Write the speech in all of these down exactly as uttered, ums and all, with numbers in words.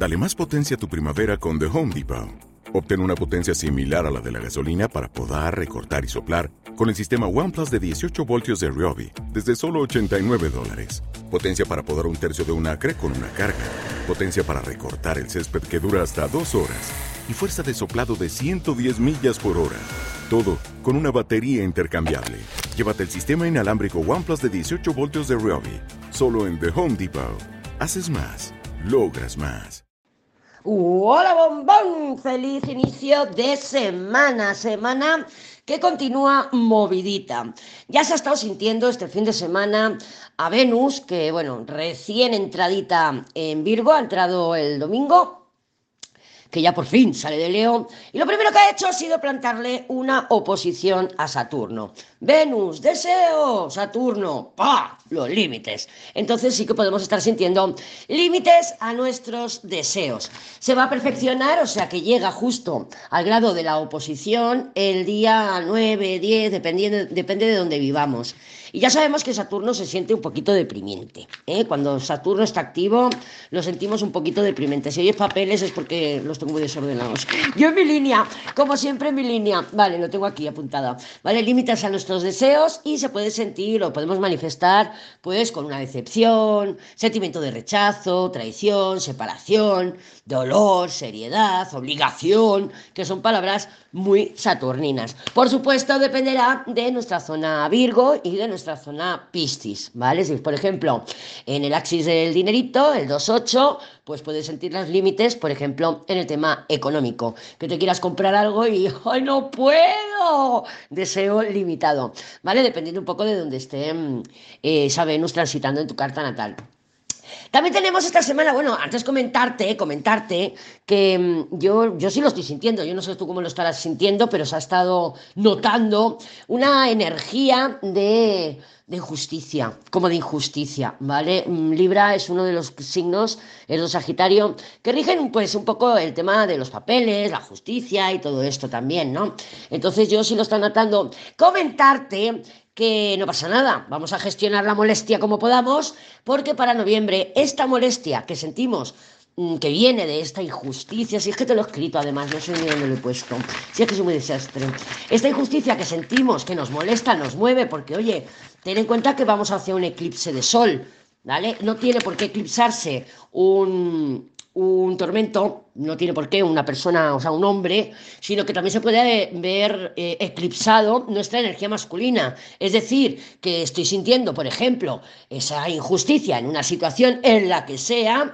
Dale más potencia a tu primavera con The Home Depot. Obtén una potencia similar a la de la gasolina para podar, recortar y soplar con el sistema OnePlus de dieciocho voltios de Ryobi desde solo ochenta y nueve dólares. Potencia para podar un tercio de un acre con una carga. Potencia para recortar el césped que dura hasta dos horas. Y fuerza de soplado de ciento diez millas por hora. Todo con una batería intercambiable. Llévate el sistema inalámbrico OnePlus de dieciocho voltios de Ryobi. Solo en The Home Depot. Haces más. Logras más. ¡Hola, bombón! ¡Feliz inicio de semana! Semana que continúa movidita. Ya se ha estado sintiendo este fin de semana a Venus, que, bueno, recién entradita en Virgo, ha entrado el domingo, que ya por fin sale de Leo, y lo primero que ha hecho ha sido plantarle una oposición a Saturno. Venus, deseo, Saturno, ¡pah! Los límites. Entonces sí que podemos estar sintiendo límites a nuestros deseos. Se va a perfeccionar, o sea que llega justo al grado de la oposición el día nueve, diez, dependiendo, depende de donde vivamos. Y ya sabemos que Saturno se siente un poquito deprimente, ¿eh? Cuando Saturno está activo, lo sentimos un poquito deprimente. Si oyes papeles es porque los tengo muy desordenados. Yo en mi línea, como siempre en mi línea. Vale, lo tengo aquí apuntada. Vale, límites a nuestros deseos y se puede sentir o podemos manifestar pues con una decepción, sentimiento de rechazo, traición, separación, dolor, seriedad, obligación, que son palabras muy saturninas. Por supuesto, dependerá de nuestra zona Virgo y de nuestra zona Piscis, ¿vale? Si, por ejemplo, en el axis del dinerito, el dos ocho, pues puedes sentir los límites, por ejemplo, en el tema económico, que te quieras comprar algo y ¡ay, no puedo! Deseo limitado, ¿vale? Dependiendo un poco de dónde esté eh, esa Venus transitando en tu carta natal. También tenemos esta semana, bueno, antes comentarte, comentarte que mmm, yo, yo sí lo estoy sintiendo, yo no sé tú cómo lo estarás sintiendo, pero se ha estado notando una energía de, de injusticia, como de injusticia, ¿vale? Libra es uno de los signos, el Sagitario, que rigen pues un poco el tema de los papeles, la justicia y todo esto también, ¿no? Entonces yo sí lo estoy notando. Comentarte que no pasa nada, vamos a gestionar la molestia como podamos, porque para noviembre esta molestia que sentimos, que viene de esta injusticia, si es que te lo he escrito además, no sé ni dónde lo he puesto, si es que es un desastre, esta injusticia que sentimos, que nos molesta, nos mueve, porque oye, ten en cuenta que vamos hacia un eclipse de sol, ¿vale? No tiene por qué eclipsarse un... un tormento, no tiene por qué una persona, o sea, un hombre, sino que también se puede ver eh, eclipsado nuestra energía masculina. Es decir, que estoy sintiendo, por ejemplo, esa injusticia en una situación en la que sea.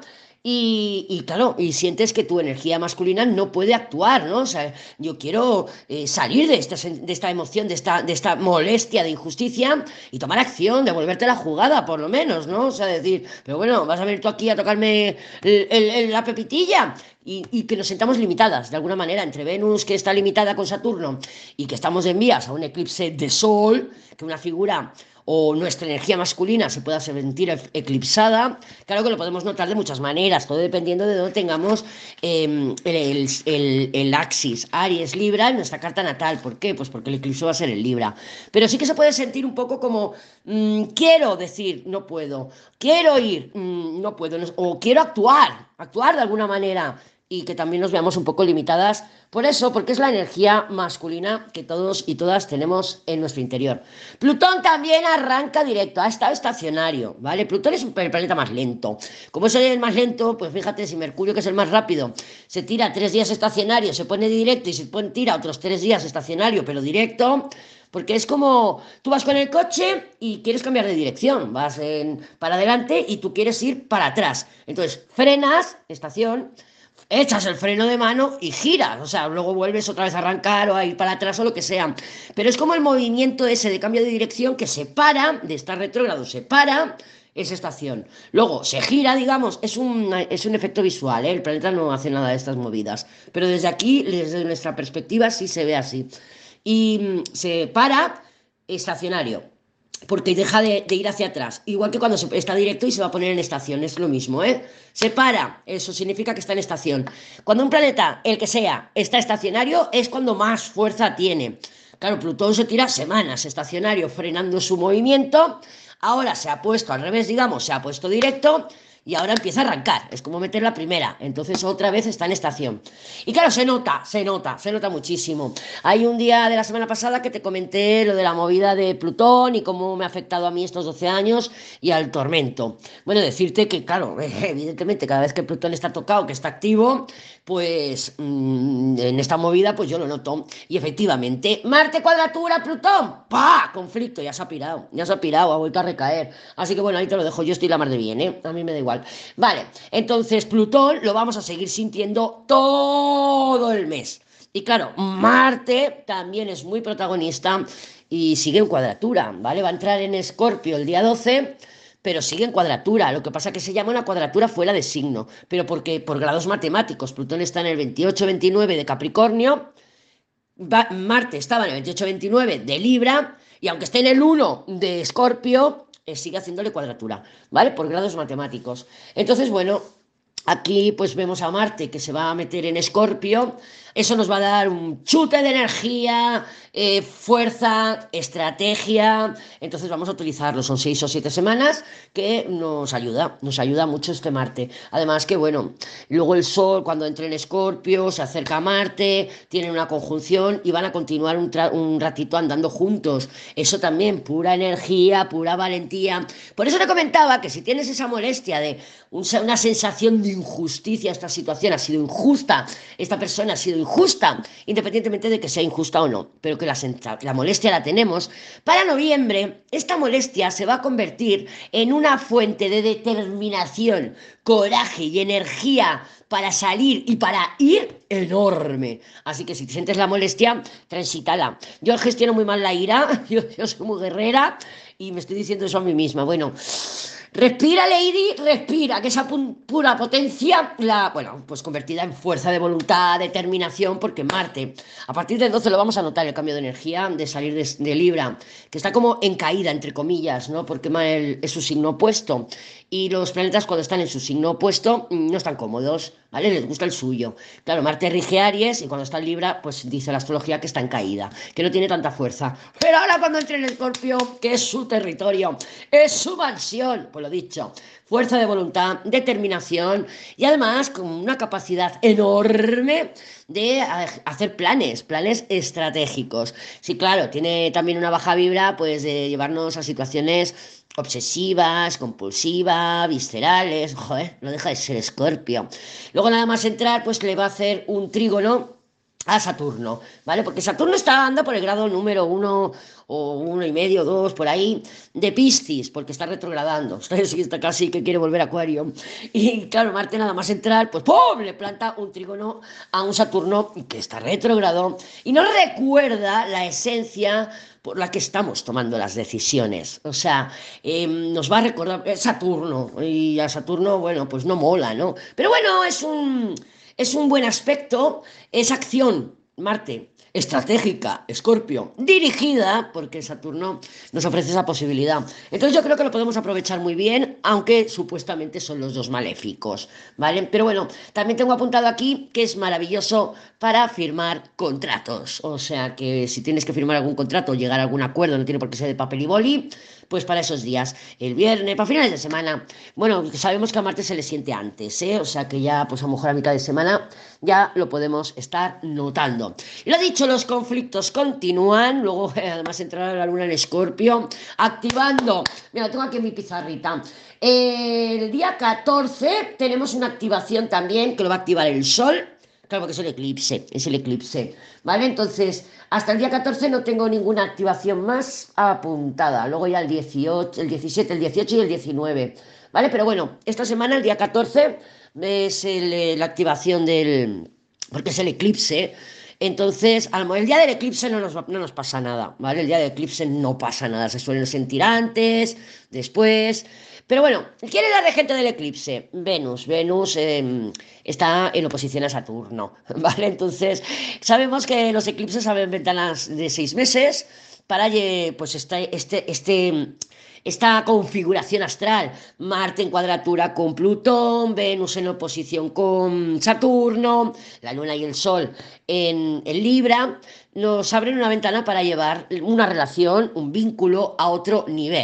Y, y claro, y sientes que tu energía masculina no puede actuar, ¿no? O sea, yo quiero eh, salir de esta, de esta emoción, de esta, de esta molestia, de injusticia y tomar acción, devolverte la jugada, por lo menos, ¿no? O sea, decir, pero bueno, vas a venir tú aquí a tocarme el, el, el, la pepitilla. Y, y que nos sentamos limitadas, de alguna manera, entre Venus, que está limitada con Saturno, y que estamos en vías a un eclipse de Sol, que una figura o nuestra energía masculina se pueda sentir eclipsada. Claro que lo podemos notar de muchas maneras, todo dependiendo de dónde tengamos eh, el, el, el axis Aries Libra en nuestra carta natal. ¿Por qué? Pues porque el eclipse va a ser en Libra. Pero sí que se puede sentir un poco como mmm, quiero decir, no puedo, quiero ir, mmm, no puedo, no, o quiero actuar, actuar de alguna manera, y que también nos veamos un poco limitadas por eso, porque es la energía masculina que todos y todas tenemos en nuestro interior. Plutón también arranca directo, ha estado estacionario, ¿vale? Plutón es el planeta más lento. Como es el más lento, pues fíjate, si Mercurio, que es el más rápido, se tira tres días estacionario, se pone directo y se pone, tira otros tres días estacionario, pero directo, porque es como tú vas con el coche y quieres cambiar de dirección, vas en, para adelante y tú quieres ir para atrás. Entonces frenas, estación, echas el freno de mano y giras, o sea, luego vuelves otra vez a arrancar o a ir para atrás o lo que sea, pero es como el movimiento ese de cambio de dirección que se para, de estar retrógrado, se para esa estación, luego se gira, digamos, es un, es un efecto visual, ¿eh? El planeta no hace nada de estas movidas, pero desde aquí, desde nuestra perspectiva, sí se ve así, y mmm, se para estacionario, porque deja de, de ir hacia atrás, igual que cuando se está directo y se va a poner en estación, es lo mismo, ¿eh? Se para, eso significa que está en estación. Cuando un planeta, el que sea, está estacionario, es cuando más fuerza tiene. Claro, Plutón se tira semanas estacionario frenando su movimiento, ahora se ha puesto al revés, digamos, se ha puesto directo, y ahora empieza a arrancar, es como meter la primera, entonces otra vez está en estación. Y claro, se nota, se nota, se nota muchísimo. Hay un día de la semana pasada que te comenté lo de la movida de Plutón y cómo me ha afectado a mí estos doce años y al tormento. Bueno, decirte que, claro, evidentemente cada vez que Plutón está tocado, que está activo, pues mmm, en esta movida pues yo lo noto. Y efectivamente, Marte cuadratura Plutón, ¡pah! Conflicto, ya se ha pirado, ya se ha pirado, ha vuelto a recaer. Así que bueno, ahí te lo dejo, yo estoy la mar de bien, ¿eh? A mí me da igual. Vale, entonces Plutón lo vamos a seguir sintiendo todo el mes. Y claro, Marte también es muy protagonista y sigue en cuadratura, ¿vale? Va a entrar en Escorpio el día doce, pero sigue en cuadratura. Lo que pasa es que se llama una cuadratura fuera de signo, pero porque por grados matemáticos. Plutón está en el veintiocho veintinueve de Capricornio, va, Marte estaba en el veintiocho veintinueve de Libra, y aunque esté en el uno de Escorpio, eh, sigue haciéndole cuadratura, ¿vale? Por grados matemáticos. Entonces, bueno, aquí pues vemos a Marte que se va a meter en Escorpio. Eso nos va a dar un chute de energía, eh, fuerza, estrategia. Entonces vamos a utilizarlo. Son seis o siete semanas que nos ayuda, nos ayuda mucho este Marte. Además que, bueno, luego el Sol cuando entre en Escorpio se acerca a Marte, tienen una conjunción y van a continuar un, un ratito andando juntos. Eso también, pura energía, pura valentía. Por eso te comentaba que si tienes esa molestia de un, una sensación de injusticia, esta situación ha sido injusta, esta persona ha sido injusta, injusta, independientemente de que sea injusta o no, pero que la, la molestia la tenemos. Para noviembre, esta molestia se va a convertir en una fuente de determinación, coraje y energía para salir y para ir enorme. Así que si te sientes la molestia, transítala. Yo gestiono muy mal la ira, yo, yo soy muy guerrera y me estoy diciendo eso a mí misma. Bueno, respira, Lady, respira, que esa pu pura potencia, la, bueno, pues convertida en fuerza de voluntad, determinación, porque Marte, a partir del doce lo vamos a notar, el cambio de energía, de salir de, de Libra, que está como en caída, entre comillas, ¿no? Porque el, es su signo opuesto, y los planetas cuando están en su signo opuesto no están cómodos, ¿vale? Les gusta el suyo. Claro, Marte rige Aries y cuando está en Libra, pues dice la astrología que está en caída, que no tiene tanta fuerza. Pero ahora cuando entre en Escorpio, que es su territorio, es su mansión, pues lo dicho, fuerza de voluntad, determinación y además con una capacidad enorme de hacer planes, planes estratégicos. Sí, claro, tiene también una baja vibra, pues de llevarnos a situaciones obsesivas, compulsivas, viscerales. Joder, no deja de ser Escorpio. Luego nada más entrar, pues le va a hacer un trígono a Saturno, ¿vale? Porque Saturno está anda por el grado número uno o uno y medio, dos, por ahí, de Piscis, porque está retrogradando. Sí, está casi que quiere volver a Acuario. Y claro, Marte nada más entrar, pues ¡pum! Le planta un trígono a un Saturno que está retrogrado y nos recuerda la esencia por la que estamos tomando las decisiones. O sea, eh, nos va a recordar eh, Saturno, y a Saturno, bueno, pues no mola, ¿no? Pero bueno, es un, es un buen aspecto, es acción, Marte, estratégica, Escorpio, dirigida, porque Saturno nos ofrece esa posibilidad. Entonces yo creo que lo podemos aprovechar muy bien, aunque supuestamente son los dos maléficos, ¿vale? Pero bueno, también tengo apuntado aquí que es maravilloso para firmar contratos. O sea que si tienes que firmar algún contrato o llegar a algún acuerdo, no tiene por qué ser de papel y boli, pues para esos días, el viernes, para finales de semana. Bueno, sabemos que a Marte se le siente antes, ¿eh? O sea que ya, pues a lo mejor a mitad de semana ya lo podemos estar notando. Y lo dicho, los conflictos continúan, luego eh, además entrará la luna en Escorpio, activando, mira, tengo aquí mi pizarrita. Eh, el día catorce tenemos una activación también que lo va a activar el Sol. Claro, porque es el eclipse, es el eclipse, ¿vale? Entonces, hasta el día catorce no tengo ninguna activación más apuntada. Luego ya el dieciocho, el diecisiete, el dieciocho y el diecinueve, ¿vale? Pero bueno, esta semana, el día catorce, es el, la activación del... porque es el eclipse. Entonces, el día del eclipse no nos, no nos pasa nada, ¿vale? El día del eclipse no pasa nada. Se suelen sentir antes, después... Pero bueno, ¿quién es la regente del eclipse? Venus. Venus eh, está en oposición a Saturno, ¿vale? Entonces, sabemos que los eclipses abren ventanas de seis meses para, pues, este, este, este, esta configuración astral. Marte en cuadratura con Plutón, Venus en oposición con Saturno, la Luna y el Sol en, en Libra, nos abren una ventana para llevar una relación, un vínculo a otro nivel.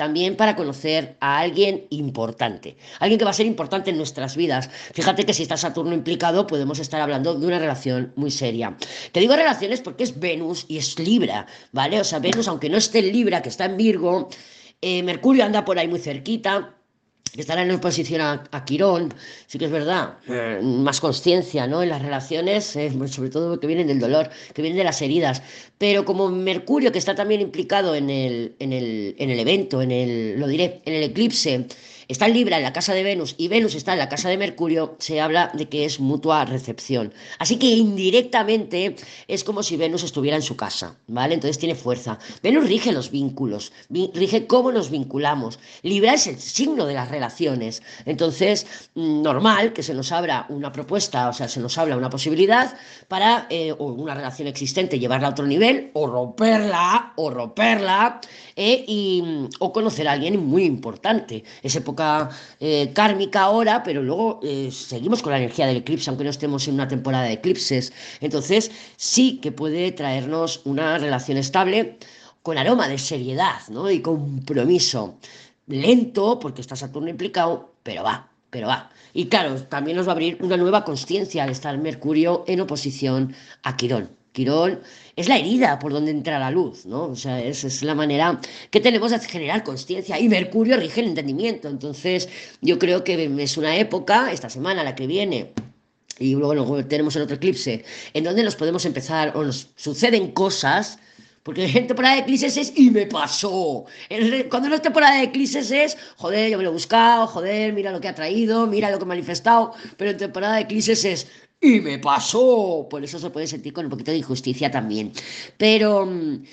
también para conocer a alguien importante, alguien que va a ser importante en nuestras vidas. Fíjate que si está Saturno implicado, podemos estar hablando de una relación muy seria. Te digo relaciones porque es Venus y es Libra, ¿vale? O sea, Venus, aunque no esté en Libra, que está en Virgo, eh, Mercurio anda por ahí muy cerquita, que estará en oposición a, a Quirón, sí que es verdad, eh, más conciencia, ¿no? En las relaciones, eh, sobre todo que vienen del dolor, que vienen de las heridas, pero como Mercurio, que está también implicado en el, en el, en el evento, en el, lo diré, en el eclipse, está en Libra, en la casa de Venus, y Venus está en la casa de Mercurio, se habla de que es mutua recepción. Así que indirectamente es como si Venus estuviera en su casa, ¿vale? Entonces tiene fuerza. Venus rige los vínculos, rige cómo nos vinculamos. Libra es el signo de las relaciones. Entonces, normal que se nos abra una propuesta, o sea, se nos abra una posibilidad para eh, o una relación existente, llevarla a otro nivel, o romperla, o romperla, eh, y, o conocer a alguien muy importante. Es época eh, kármica ahora, pero luego eh, seguimos con la energía del eclipse, aunque no estemos en una temporada de eclipses. Entonces, sí que puede traernos una relación estable con aroma de seriedad, ¿no? Y compromiso. Lento, porque está Saturno implicado, pero va, pero va. Y claro, también nos va a abrir una nueva consciencia al estar Mercurio en oposición a Quirón. Quirón es la herida por donde entra la luz, ¿no? O sea, esa es la manera que tenemos de generar consciencia. Y Mercurio rige el entendimiento. Entonces, yo creo que es una época, esta semana, la que viene, y luego, luego tenemos el otro eclipse, en donde nos podemos empezar, o nos suceden cosas. Porque en temporada de eclipses es y me pasó. Cuando no es temporada de eclipses es, joder, yo me lo he buscado, joder, mira lo que ha traído, mira lo que he manifestado. Pero en temporada de eclipses es y me pasó. Por eso se puede sentir con un poquito de injusticia también. Pero,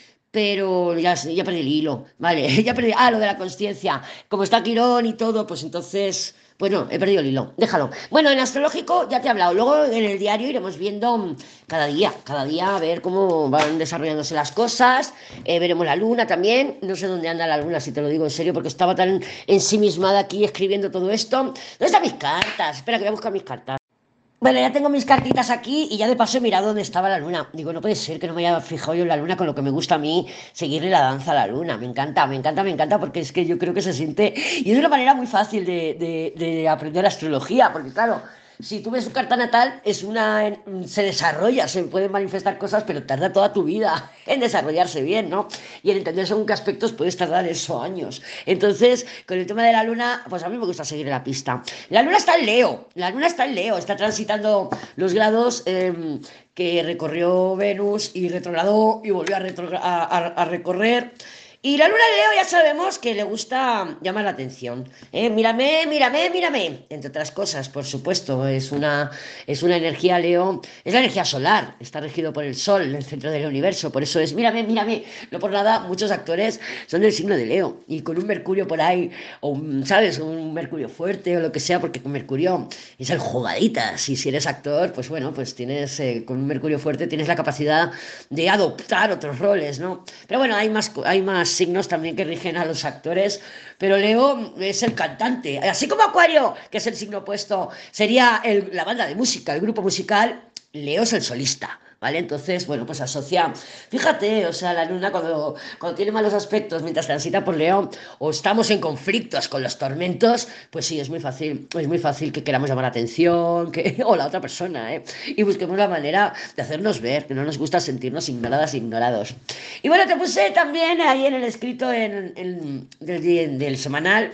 pero ya, ya perdí el hilo, vale, ya perdí. Ah, lo de la consciencia. Como está Quirón y todo, pues entonces. Pues no, he perdido el hilo, déjalo. Bueno, en astrológico ya te he hablado. Luego en el diario iremos viendo cada día, cada día a ver cómo van desarrollándose las cosas. Eh, veremos la luna también. No sé dónde anda la luna, si te lo digo en serio, porque estaba tan ensimismada aquí escribiendo todo esto. ¿Dónde están mis cartas? Espera, que voy a buscar mis cartas. Bueno, ya tengo mis cartitas aquí y ya de paso he mirado dónde estaba la luna. Digo, no puede ser que no me haya fijado yo en la luna, con lo que me gusta a mí seguirle la danza a la luna. Me encanta, me encanta, me encanta, porque es que yo creo que se siente. Y es una manera muy fácil de, de, de aprender astrología, porque claro, si tú ves su carta natal, es una, se desarrolla, se pueden manifestar cosas, pero tarda toda tu vida en desarrollarse bien, ¿no? Y en entender según qué aspectos puedes tardar eso años. Entonces, con el tema de la luna, pues a mí me gusta seguir la pista. La luna está en Leo, la luna está en Leo, está transitando los grados eh, que recorrió Venus y retrogradó y volvió a, retro, a, a, a recorrer. Y la luna de Leo ya sabemos que le gusta llamar la atención. ¿eh? Mírame, mírame, mírame. Entre otras cosas, por supuesto, es una, es una energía Leo, es la energía solar, está regido por el Sol, el centro del universo. Por eso es mírame, mírame. No por nada, muchos actores son del signo de Leo. Y con un Mercurio por ahí, o un, ¿sabes? Un Mercurio fuerte o lo que sea, porque con Mercurio es el jugaditas. Y si eres actor, pues bueno, pues tienes, eh, con un Mercurio fuerte tienes la capacidad de adoptar otros roles, ¿no? Pero bueno, hay más, hay más signos también que rigen a los actores, pero Leo es el cantante, así como Acuario, que es el signo opuesto, sería el, la banda de música, el grupo musical. Leo es el solista, ¿vale? Entonces, bueno, pues asocia, fíjate, o sea, la luna cuando, cuando tiene malos aspectos mientras transita por Leo, o estamos en conflictos con los tormentos, pues sí, es muy fácil, es muy fácil que queramos llamar la atención, que, o la otra persona, ¿eh? Y busquemos la manera de hacernos ver, que no nos gusta sentirnos ignoradas e ignorados. Y bueno, te puse también ahí en el escrito en, en, del, del semanal,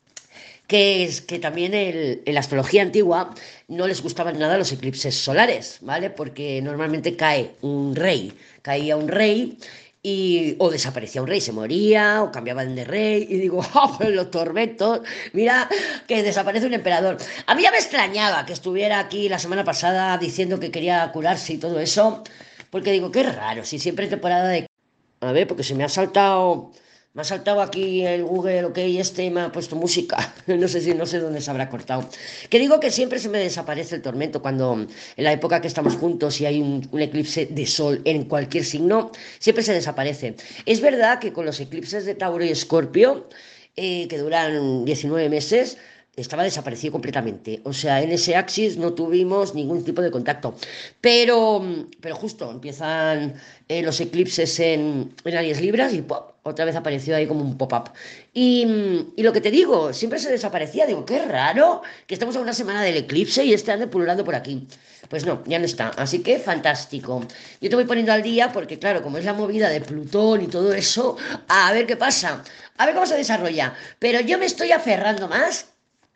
que es que también el, en la astrología antigua no les gustaban nada los eclipses solares, ¿vale? Porque normalmente cae un rey, caía un rey y o desaparecía un rey, se moría o cambiaban de rey y digo, ¡ah, oh, pues los tormentos! Mira que desaparece un emperador. A mí ya me extrañaba que estuviera aquí la semana pasada diciendo que quería curarse y todo eso, porque digo, qué raro, si siempre hay temporada de... A ver, porque se me ha saltado... Me ha saltado aquí el Google, ok, este me ha puesto música. No sé si, no sé dónde se habrá cortado. Que digo que siempre se me desaparece el tormento cuando en la época que estamos juntos y hay un, un eclipse de sol en cualquier signo, siempre se desaparece. Es verdad que con los eclipses de Tauro y Escorpio, eh, que duran diecinueve meses, estaba desaparecido completamente. O sea, en ese axis no tuvimos ningún tipo de contacto. Pero, pero justo empiezan eh, los eclipses en, en Aries Libras y ¡pop! otra vez apareció ahí como un pop-up. Y, y lo que te digo, siempre se desaparecía. Digo, qué raro que estamos a una semana del eclipse y este ande pululando por aquí. Pues no, ya no está. Así que fantástico. Yo te voy poniendo al día porque, claro, como es la movida de Plutón y todo eso, a ver qué pasa. A ver cómo se desarrolla. Pero yo me estoy aferrando más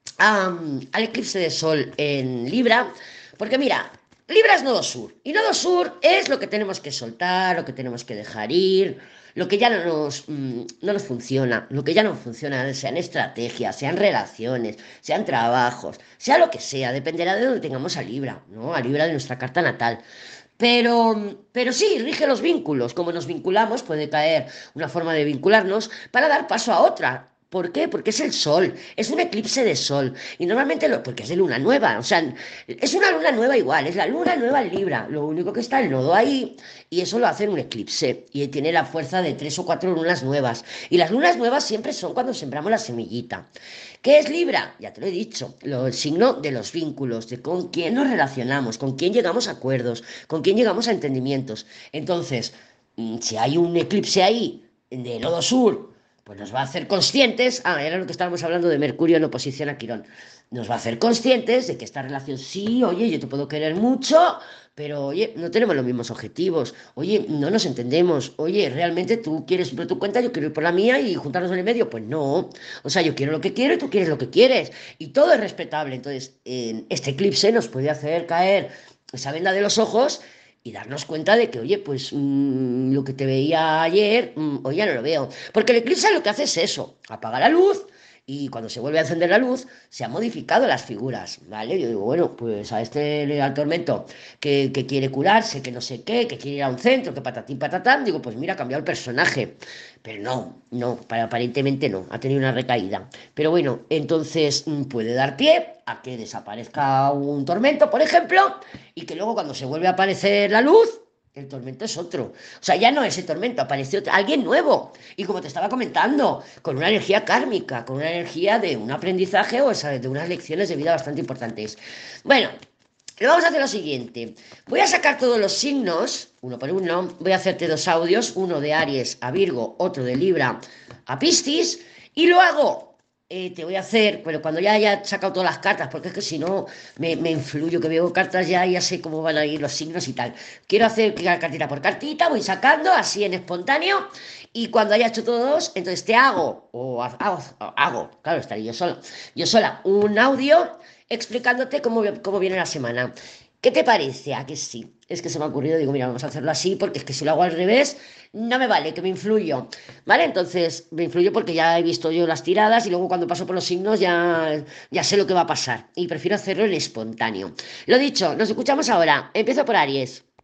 a, al eclipse de Sol en Libra. Porque mira, Libra es nodo sur. Y nodo sur es lo que tenemos que soltar, lo que tenemos que dejar ir, lo que ya no nos, mm, no nos funciona, lo que ya no funciona, sean estrategias, sean relaciones, sean trabajos, sea lo que sea, dependerá de donde tengamos a Libra, ¿no? A Libra de nuestra carta natal. Pero, pero sí, rige los vínculos. Como nos vinculamos, puede caer una forma de vincularnos para dar paso a otra. ¿Por qué? Porque es el sol, es un eclipse de sol. Y normalmente, lo, porque es de luna nueva, o sea, es una luna nueva igual, es la luna nueva en Libra. Lo único que está el nodo ahí, y eso lo hace en un eclipse. Y tiene la fuerza de tres o cuatro lunas nuevas. Y las lunas nuevas siempre son cuando sembramos la semillita. ¿Qué es Libra? Ya te lo he dicho, lo, el signo de los vínculos, de con quién nos relacionamos, con quién llegamos a acuerdos, con quién llegamos a entendimientos. Entonces, mm, si hay un eclipse ahí de nodo sur, pues nos va a hacer conscientes, ah, era lo que estábamos hablando de Mercurio en oposición a Quirón, nos va a hacer conscientes de que esta relación, sí, oye, yo te puedo querer mucho, pero oye, no tenemos los mismos objetivos, oye, no nos entendemos, oye, realmente tú quieres ir por tu cuenta, yo quiero ir por la mía y juntarnos en el medio, pues no, o sea, yo quiero lo que quiero y tú quieres lo que quieres, y todo es respetable. Entonces, en este eclipse nos puede hacer caer esa venda de los ojos y darnos cuenta de que, oye, pues mmm, lo que te veía ayer, mmm, hoy ya no lo veo. Porque el eclipse lo que hace es eso, apaga la luz y cuando se vuelve a encender la luz, se han modificado las figuras, ¿vale? Yo digo, bueno, pues a este le da el tormento que, que quiere curarse, que no sé qué, que quiere ir a un centro, que patatín patatán, digo, pues mira, ha cambiado el personaje. Pero no, no, para, aparentemente no, ha tenido una recaída. Pero bueno, entonces mm, puede dar pie a que desaparezca un tormento, por ejemplo, y que luego cuando se vuelve a aparecer la luz, el tormento es otro. O sea, ya no es el tormento, apareció alguien nuevo. Y como te estaba comentando, con una energía kármica, con una energía de un aprendizaje o esa, de unas lecciones de vida bastante importantes. Bueno, lo vamos a hacer lo siguiente. Voy a sacar todos los signos, uno por uno. Voy a hacerte dos audios, uno de Aries a Virgo, otro de Libra a Piscis. Y lo hago. Eh, te voy a hacer, pero cuando ya haya sacado todas las cartas, porque es que si no me, me influyo, que veo cartas ya y ya sé cómo van a ir los signos y tal. Quiero hacer cartita por cartita, voy sacando así en espontáneo y cuando haya hecho todos, entonces te hago, o hago, hago, claro, estaré yo sola, yo sola, un audio explicándote cómo, cómo viene la semana. ¿Qué te parece? ¿A que sí? Es que se me ha ocurrido, digo, mira, vamos a hacerlo así, porque es que si lo hago al revés, no me vale, que me influyo. ¿Vale? Entonces, me influyo porque ya he visto yo las tiradas y luego cuando paso por los signos ya, ya sé lo que va a pasar. Y prefiero hacerlo en espontáneo. Lo dicho, nos escuchamos ahora. Empiezo por Aries.